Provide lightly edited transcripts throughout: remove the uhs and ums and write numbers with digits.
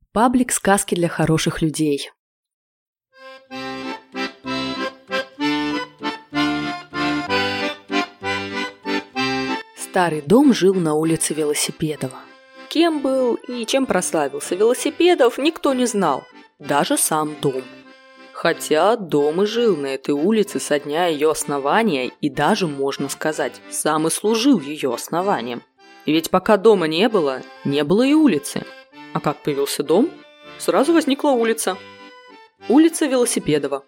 Паблик «Сказки для хороших людей». Старый дом жил на улице Велосипедова. Кем был и чем прославился Велосипедов, никто не знал, даже сам дом. Хотя дом и жил на этой улице со дня ее основания и даже, можно сказать, сам и служил ее основанием. Ведь пока дома не было и улицы. А как появился дом, сразу возникла улица. Улица Велосипедова.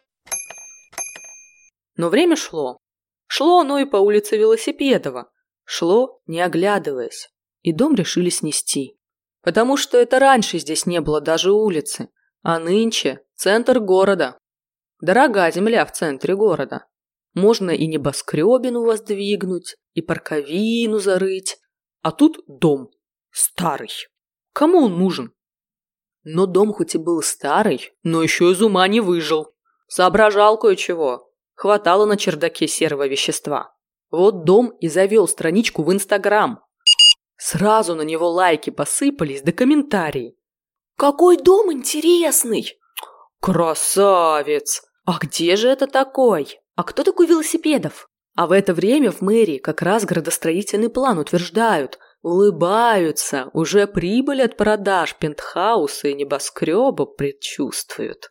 Но время шло. Шло оно и по улице Велосипедова. Шло, не оглядываясь. И дом решили снести. Потому что это раньше здесь не было даже улицы. А нынче центр города. Дорога земля в центре города. Можно и небоскребину воздвигнуть, и парковину зарыть. А тут дом. Старый. Кому он нужен? Но дом хоть и был старый, но еще из ума не выжил. Соображал кое-чего. Хватало на чердаке серого вещества. Вот дом и завел страничку в Инстаграм. Сразу на него лайки посыпались, да комментарии. «Какой дом интересный!» «Красавец! А где же это такой? А кто такой Велосипедов?» А в это время в мэрии как раз градостроительный план утверждают, улыбаются, уже прибыль от продаж пентхауса и небоскреба предчувствуют.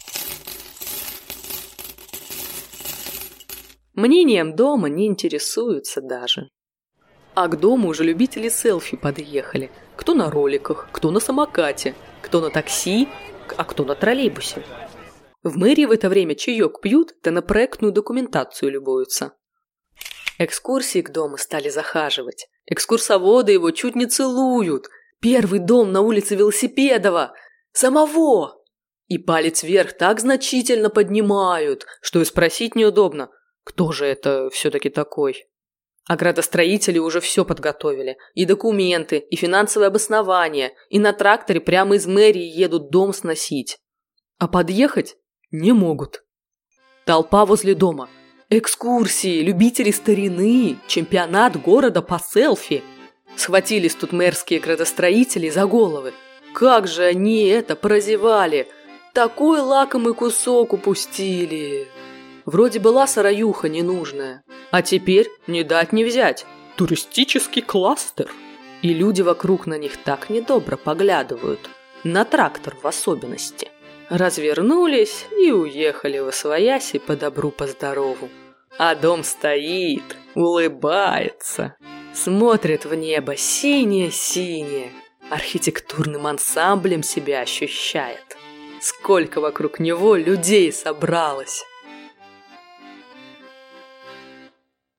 Мнением дома не интересуются даже. А к дому уже любители селфи подъехали. Кто на роликах, кто на самокате, кто на такси, а кто на троллейбусе. В мэрии в это время чаек пьют, да на проектную документацию любуются. Экскурсии к дому стали захаживать. Экскурсоводы его чуть не целуют. Первый дом на улице Велосипедова. Самого! И палец вверх так значительно поднимают, что и спросить неудобно, кто же это все-таки такой. А градостроители уже все подготовили. И документы, и финансовое обоснование, и на тракторе прямо из мэрии едут дом сносить. А подъехать не могут. Толпа возле дома. Экскурсии, любители старины, чемпионат города по селфи. Схватились тут мэрские градостроители за головы. Как же они это прозевали! Такой лакомый кусок упустили! Вроде была сараюха ненужная, а теперь не дать не взять. Туристический кластер. И люди вокруг на них так недобро поглядывают. На трактор в особенности. Развернулись и уехали восвояси по добру, по здорову. А дом стоит, улыбается, смотрит в небо синее-синее, архитектурным ансамблем себя ощущает. Сколько вокруг него людей собралось!